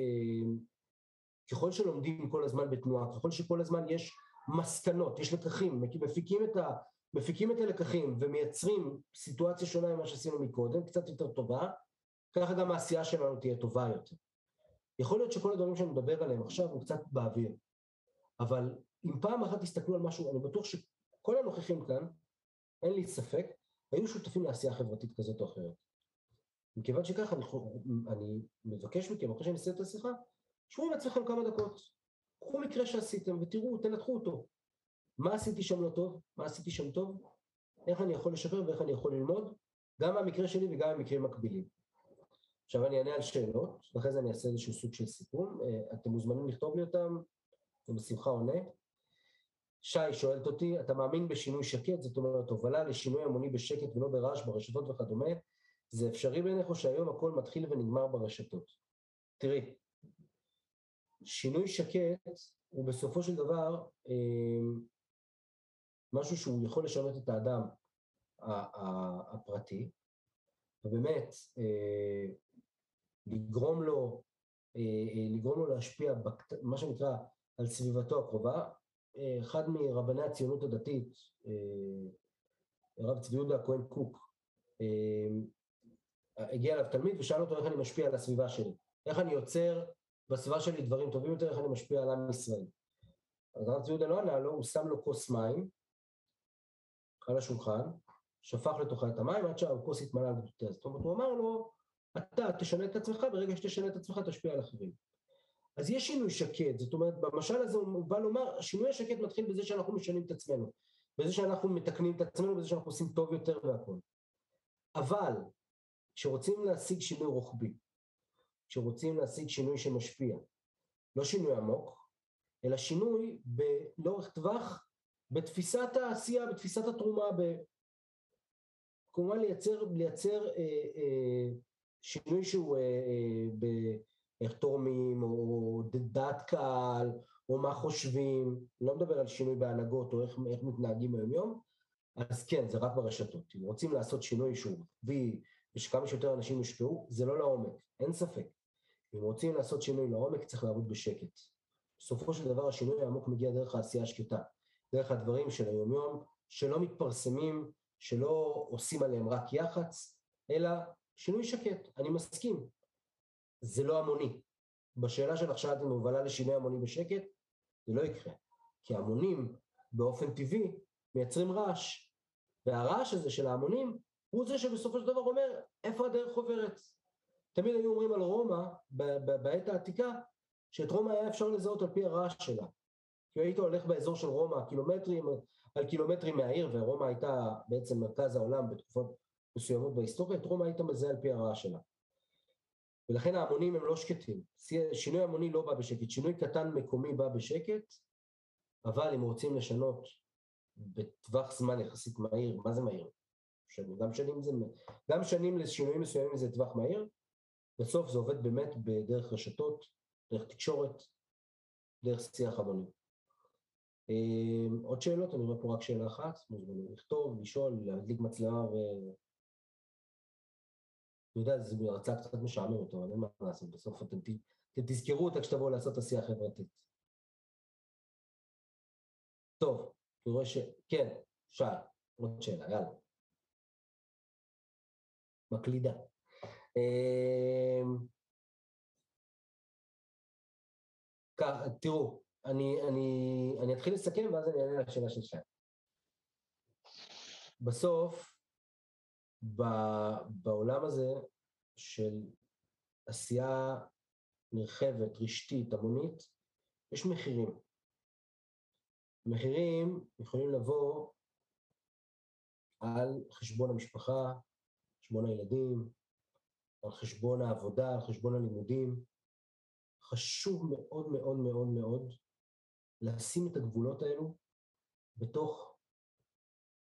ככל שלומדים כל הזמן בתנועה, ככל שכל הזמן יש מסקנות, יש לקחים, מפיקים את, ה... מפיקים את הלקחים ומייצרים סיטואציה שונה ממה שעשינו מקודם, קצת יותר טובה, ככה גם העשייה שלנו תהיה טובה יותר. יכול להיות שכל הדברים שאני מדבר עליהם עכשיו הוא קצת באוויר, אבל אם פעם אחת תסתכלו על משהו, אני בטוח שכל הנוכחים כאן, אין לי ספק, היו שותפים לעשייה חברתית כזאת או אחרת. מכיוון שככה אני, אני מבקש מכם, אחרי שאני אעשה את השיחה, שבו עם עצמכם כמה דקות, קחו מקרה שעשיתם ותראו, תנתחו אותו. מה עשיתי שם לא טוב? מה עשיתי שם טוב? איך אני יכול לשפר ואיך אני יכול ללמוד? גם מהמקרה שלי וגם מהמקרים מקבילים. עכשיו אני אענה על שאלות, ואחרי זה אני אעשה איזשהו סוג של סיכום. אתם מוזמנים לכתוב לי אותם, ובשמחה עונה. שי שואלת אותי, אתה מאמין בשינוי שקט? זאת אומרת, הובלה לשינוי המוני בשקט ולא ברעש ברשתות וכדומה, זה אפשרי בעיניך או שהיום הכל מתחיל ונגמר ברשתות? תראי, שינוי שקט הוא בסופו של דבר אה, משהו שהוא יכול לשנות את האדם הפרטי, ובאמת אה, לגרום לו, אה, לגרום לו להשפיע, בקט... מה שנקרא, על סביבתו הקרובה. אה, אחד מרבני הציונות הדתית, אה, הרב צבי יהודה הכהן קוק, אה, הגיע אליו תלמיד ושאל אותו איך אני משפיע על הסביבה שלי, איך אני יוצר בסביבה שלי דברים טובים יותר, איך אני משפיע על עם ישראל. אז הרב צבי יהודה לא ענה לו, הוא שם לו כוס מים על השולחן, שפך לתוכה את המים עד שהכוס התמלא על גדותיה. זאת אומרת, הוא אמר לו, אתה תשנה את עצמך, ברגע שתשנה את עצמך תשפיע על אחרים. אז יש שינוי שקט, זאת אומרת, במשל הזה הוא בא לומר, השינוי השקט מתחיל בזה שאנחנו משנים את עצמנו, בזה שאנחנו מתקנים את עצמנו, בזה שאנחנו עושים טוב יותר והכל. אבל, כשרוצים להשיג שינוי רוחבי, כשרוצים להשיג שינוי שמשפיע, לא שינוי עמוק, אלא שינוי לאורך טווח, בתפיסת העשייה, בתפיסת התרומה, ב... כלומר לייצר, לייצר אה, אה, שינוי שהוא אה, אה, איך תורמים, או דעת קהל, או מה חושבים, לא מדבר על שינוי בהנהגות, או איך, איך מתנהגים היום יום, אז כן, זה רק ברשתות. אם רוצים לעשות שינוי שהוא רוחבי, ושכמה שיותר אנשים ישפעו, זה לא לעומק, אין ספק. אם רוצים לעשות שינוי לעומק, צריך לעבוד בשקט. בסופו של דבר, השינוי העמוק מגיע דרך העשייה השקטה, דרך הדברים של היום יום, שלא מתפרסמים, שלא עושים עליהם רק יח"צ, אלא שינוי שקט. אני מסכים. זה לא המוני. בשאלה שלך שאלתם הובלה לשינוי המוני בשקט, זה לא יקרה. כי המונים באופן טבעי מייצרים רעש, והרעש הזה של ההמונים הוא זה שבסופו של דבר אומר איפה הדרך עוברת. תמיד היו אומרים על רומא, בעת העתיקה, שאת רומא היה אפשר לזהות על פי הרעש שלה. כי היית הולך באזור של רומא קילומטרים על קילומטרים מהעיר, ורומא הייתה בעצם מרכז העולם בתקופות מסוימות בהיסטוריה, את רומא היית מזהה על פי הרעש שלה. ולכן ההמונים הם לא שקטים. שינוי המוני לא בא בשקט, שינוי קטן מקומי בא בשקט, אבל אם רוצים לשנות בטווח זמן יחסית מהיר, מה זה מהיר? גם שנים, זה, גם שנים לשינויים מסוימים זה טווח מהיר, בסוף זה עובד באמת בדרך רשתות, דרך תקשורת, דרך שיח המוני. עוד שאלות? אני רואה פה רק שאלה אחת, מוזמנים לכתוב, לשאול, להדליק מצלמה ו... אני יודע, זה הרצאה קצת משעמם אותו, אבל אין מה לעשות, בסוף אתם, אתם תזכרו אותה כשתבואו לעשות עשייה חברתית. טוב, אני רואה ש... כן, שאל, עוד שאלה, יאללה. מקלידה. כך, תראו, אני, אני, אני אתחיל לסכם ואז אני אענה לשאלה של שי. בסוף, בעולם הזה של עשייה נרחבת, רשתית, המונית, יש מחירים. מחירים יכולים לבוא על חשבון המשפחה, חשבון הילדים, על חשבון העבודה, על חשבון הלימודים. חשוב מאוד מאוד מאוד מאוד לשים את הגבולות האלו בתוך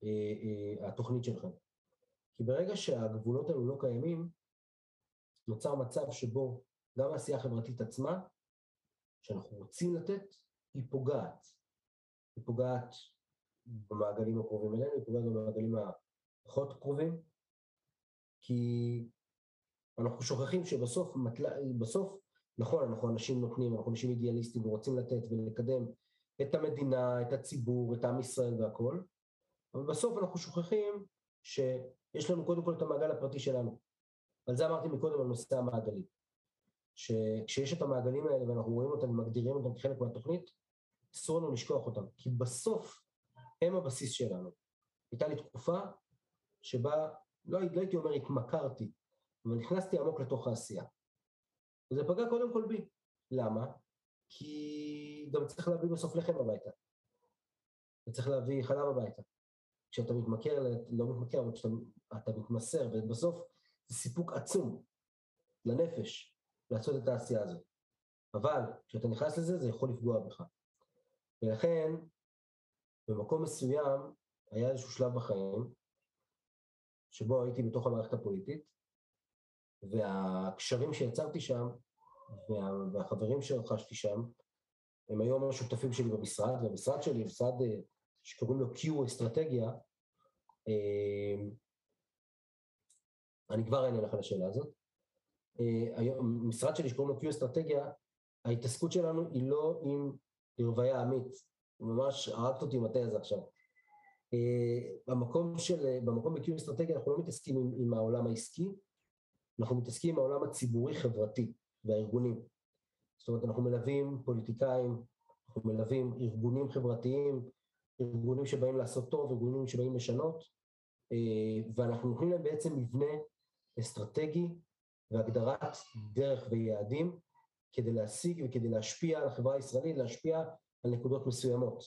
התוכנית שלכם. כי ברגע שהגבולות האלו לא קיימים, נוצר מצב שבו גם העשייה החברתית עצמה, שאנחנו רוצים לתת, היא פוגעת. היא פוגעת במעגלים הקרובים אלינו, היא פוגעת במעגלים הפחות קרובים, כי אנחנו שוכחים שבסוף, בסוף, נכון, אנחנו אנשים נותנים, אנחנו אנשים אידיאליסטים, ורוצים לתת ולקדם את המדינה, את הציבור, את עם ישראל והכל, אבל בסוף אנחנו שוכחים שיש לנו קודם כל את המעגל הפרטי שלנו. על זה אמרתי מקודם על נושא המעגלים. שכשיש את המעגלים האלה ואנחנו רואים אותם ומגדירים אותם כחלק מהתוכנית, אסור לנו לשכוח אותם, כי בסוף הם הבסיס שלנו. הייתה לי תקופה שבה, לא, לא הייתי אומר התמכרתי, אבל נכנסתי עמוק לתוך העשייה. וזה פגע קודם כל בי. למה? כי גם צריך להביא בסוף לחם הביתה. וצריך להביא חלב הביתה. כשאתה מתמכר, לא מתמכר, אבל כשאתה מתמסר, ובסוף זה סיפוק עצום לנפש לעשות את העשייה הזאת. אבל כשאתה נכנס לזה, זה יכול לפגוע בך. ולכן, במקום מסוים, היה איזשהו שלב בחיים, שבו הייתי בתוך המערכת הפוליטית, והקשרים שיצרתי שם, וה, והחברים שרכשתי שם, הם היום השותפים שלי במשרד, והמשרד שלי, משרד שקוראים לו Q אסטרטגיה, אני כבר אענה לך לשאלה הזאת, היום, משרד שלי שקוראים לו Q אסטרטגיה, ההתעסקות שלנו היא לא עם לרוויה עמית, ממש הרגת אותי מתי זה עכשיו. במקום של, במקום ב-Q אסטרטגיה אנחנו לא מתעסקים עם, עם העולם העסקי, אנחנו מתעסקים עם העולם הציבורי-חברתי והארגונים. זאת אומרת, אנחנו מלווים פוליטיקאים, אנחנו מלווים ארגונים חברתיים, ארגונים שבאים לעשות טוב, ארגונים שבאים לשנות, ואנחנו נותנים להם בעצם מבנה אסטרטגי והגדרת דרך ויעדים, כדי להשיג וכדי להשפיע על החברה הישראלית, להשפיע על נקודות מסוימות.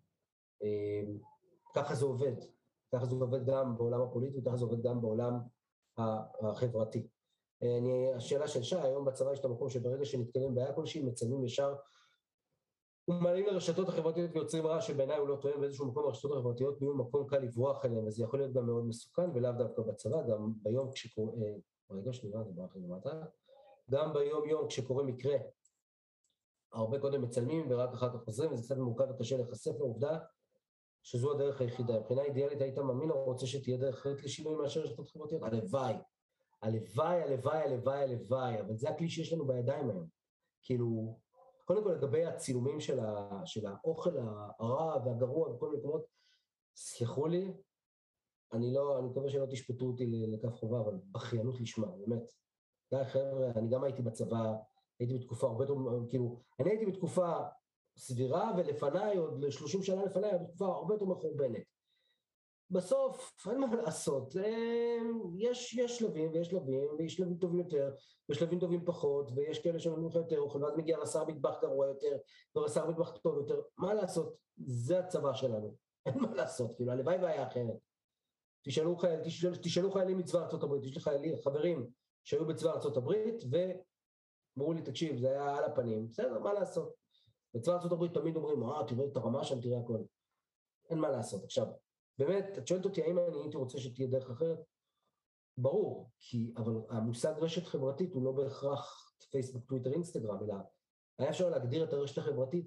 ככה זה עובד. ככה זה עובד גם בעולם הפוליטי, וככה זה עובד גם בעולם החברתי. אני, השאלה של שי, היום בצבא יש את המקום שברגע שנתקדם בעיה כלשהי, מצלמים ישר, ומעלים לרשתות החברתיות ויוצרים רע שבעיניי הוא לא טוען, באיזשהו מקום הרשתות החברתיות יהיו מקום קל לברוח אליהם, וזה יכול להיות גם מאוד מסוכן, ולאו דווקא בצבא, גם ביום כשקורה, רגע שנייה, זה ברח לי למטה, גם ביום יום כשקורה מקרה, הרבה קודם מצלמים ורק אחר כך חוזרים, וזה קצת מורכב וקשה להיחשף לעובדה, שזו הדרך היחידה. מבחינה אידיאלית היית מאמין או רוצה שתהיה דרך אחרת לשינוי מאשר רשתות חברתיות? הלוואי. הלוואי, הלוואי, הלוואי, הלוואי, אבל זה הכלי שיש לנו בידיים היום. כאילו, קודם כל לגבי הצילומים של, ה, של האוכל הרע והגרוע בכל מקומות, סלחו לי, אני לא, אני מקווה שלא תשפטו אותי לכף חובה, אבל בכיינות לשמה, באמת. די חבר'ה, אני גם הייתי בצבא, הייתי בתקופה הרבה יותר, כאילו, אני הייתי בתקופה סבירה, ולפניי, עוד שלושים שנה לפניי, בתקופה הרבה יותר מחורבנת. בסוף, אין מה לעשות, יש, יש שלבים ויש שלבים, ויש שלבים טובים יותר, ויש שלבים טובים פחות, ויש כאלה שמנעים לך יותר אוכל, ואז מגיע לשר מטבח גרוע יותר, ולשר מטבח טוב יותר, מה לעשות? זה הצבא שלנו, אין מה לעשות, כאילו, הלוואי והיה אחרת. תשאלו, חייל, תשאלו, תשאלו חיילים מצבא ארצות הברית, יש לי חיילים, חברים שהיו בצבא ארצות הברית, ואמרו לי, תקשיב, זה היה על הפנים, בסדר, מה לעשות? בצבא ארצות הברית תמיד אומרים, אה, תראה את הרמה שם, תראה הכל. אין מה לעשות. עכשיו, באמת, את שואלת אותי, האם אני הייתי רוצה שתהיה דרך אחרת? ברור, כי, אבל המושג רשת חברתית הוא לא בהכרח פייסבוק, טוויטר, אינסטגרם, אלא היה אפשר להגדיר את הרשת החברתית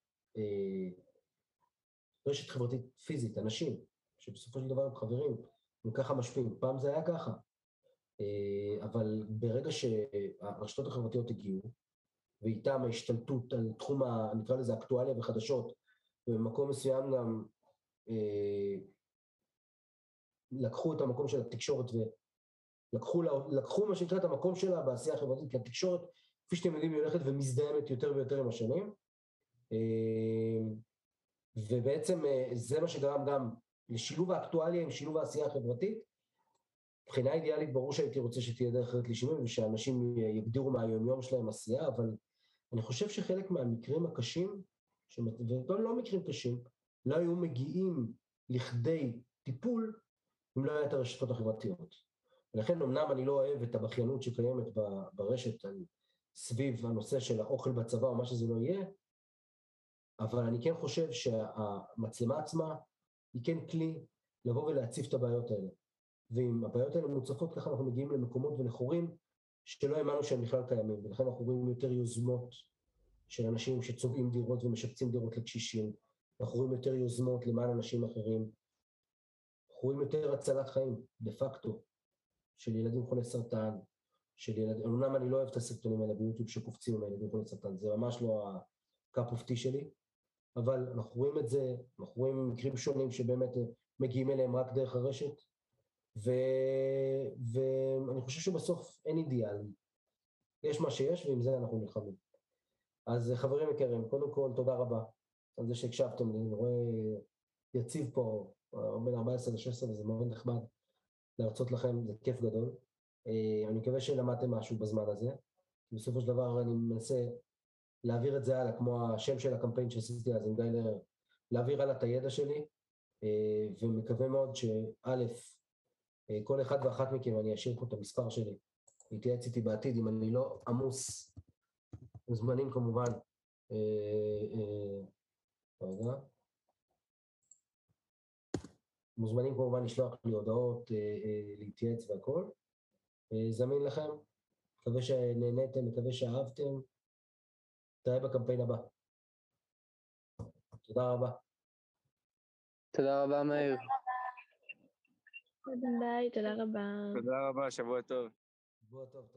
כרשת חברתית פיזית, אנשים, שבסופו של דבר הם חברים, הם ככה משפיעים. פעם זה היה ככה. אבל ברגע שהרשתות החברתיות הגיעו, ואיתם ההשתלטות על תחום, נקרא לזה, אקטואליה וחדשות, ובמקום מסוים גם לקחו את המקום של התקשורת ולקחו לקחו מה שנקרא את המקום שלה בעשייה החברתית, כי התקשורת, כפי שאתם יודעים, היא הולכת ומזדהמת יותר ויותר עם השנים, ובעצם זה מה שגרם גם לשילוב האקטואליה עם שילוב העשייה החברתית. מבחינה אידיאלית ברור שהייתי רוצה שתהיה דרך אחרת לשינוי, ושאנשים יגדירו מהיום-יום שלהם עשייה, אבל אני חושב שחלק מהמקרים הקשים, וגם לא מקרים קשים, לא היו מגיעים לכדי טיפול, אם לא היה את הרשתות החברתיות. ולכן אמנם אני לא אוהב את הבכיינות שקיימת ברשת, סביב הנושא של האוכל בצבא או מה שזה לא יהיה, אבל אני כן חושב שהמצלמה עצמה היא כן כלי לבוא ולהציף את הבעיות האלה. ואם הבעיות האלה מוצפות, ככה אנחנו מגיעים למקומות ולחורים שלא האמנו שהם בכלל קיימים, ולכן אנחנו רואים יותר יוזמות של אנשים שצובעים דירות ומשפצים דירות לקשישים, אנחנו רואים יותר יוזמות למען אנשים אחרים, אנחנו רואים יותר הצלת חיים, דה פקטו, של ילדים חולי סרטן, של ילדים, אמנם אני לא אוהב את הסרטונים האלה ביוטיוב שקופצים עם הילדים חולי סרטן, זה ממש לא הקאפ אוף טי שלי, אבל אנחנו רואים את זה, אנחנו רואים מקרים שונים שבאמת מגיעים אליהם רק דרך הרשת, ו... ואני חושב שבסוף אין אידיאל, יש מה שיש ועם זה אנחנו נלחמים. אז חברים יקרים, קודם כל תודה רבה על זה שהקשבתם, אני רואה יציב פה בין ארבע עשרה ל-שש עשרה וזה מאוד נחמד להרצות לכם, זה כיף גדול. אני מקווה שלמדתם משהו בזמן הזה, בסופו של דבר אני מנסה להעביר את זה הלאה, כמו השם של הקמפיין שעשיתי אז עם גיא לרר, להעביר הלאה את הידע שלי, ומקווה מאוד שא', כל אחד ואחת מכם, אני אשאיר פה את המספר שלי, להתייעץ איתי בעתיד, אם אני לא עמוס, מוזמנים כמובן, רגע, מוזמנים כמובן לשלוח לי הודעות, להתייעץ והכל, זמין לכם, מקווה שנהניתם, מקווה שאהבתם, תראה בקמפיין הבא. תודה רבה. תודה רבה, מאיר. ביי, תודה רבה. תודה רבה, שבוע טוב. שבוע טוב.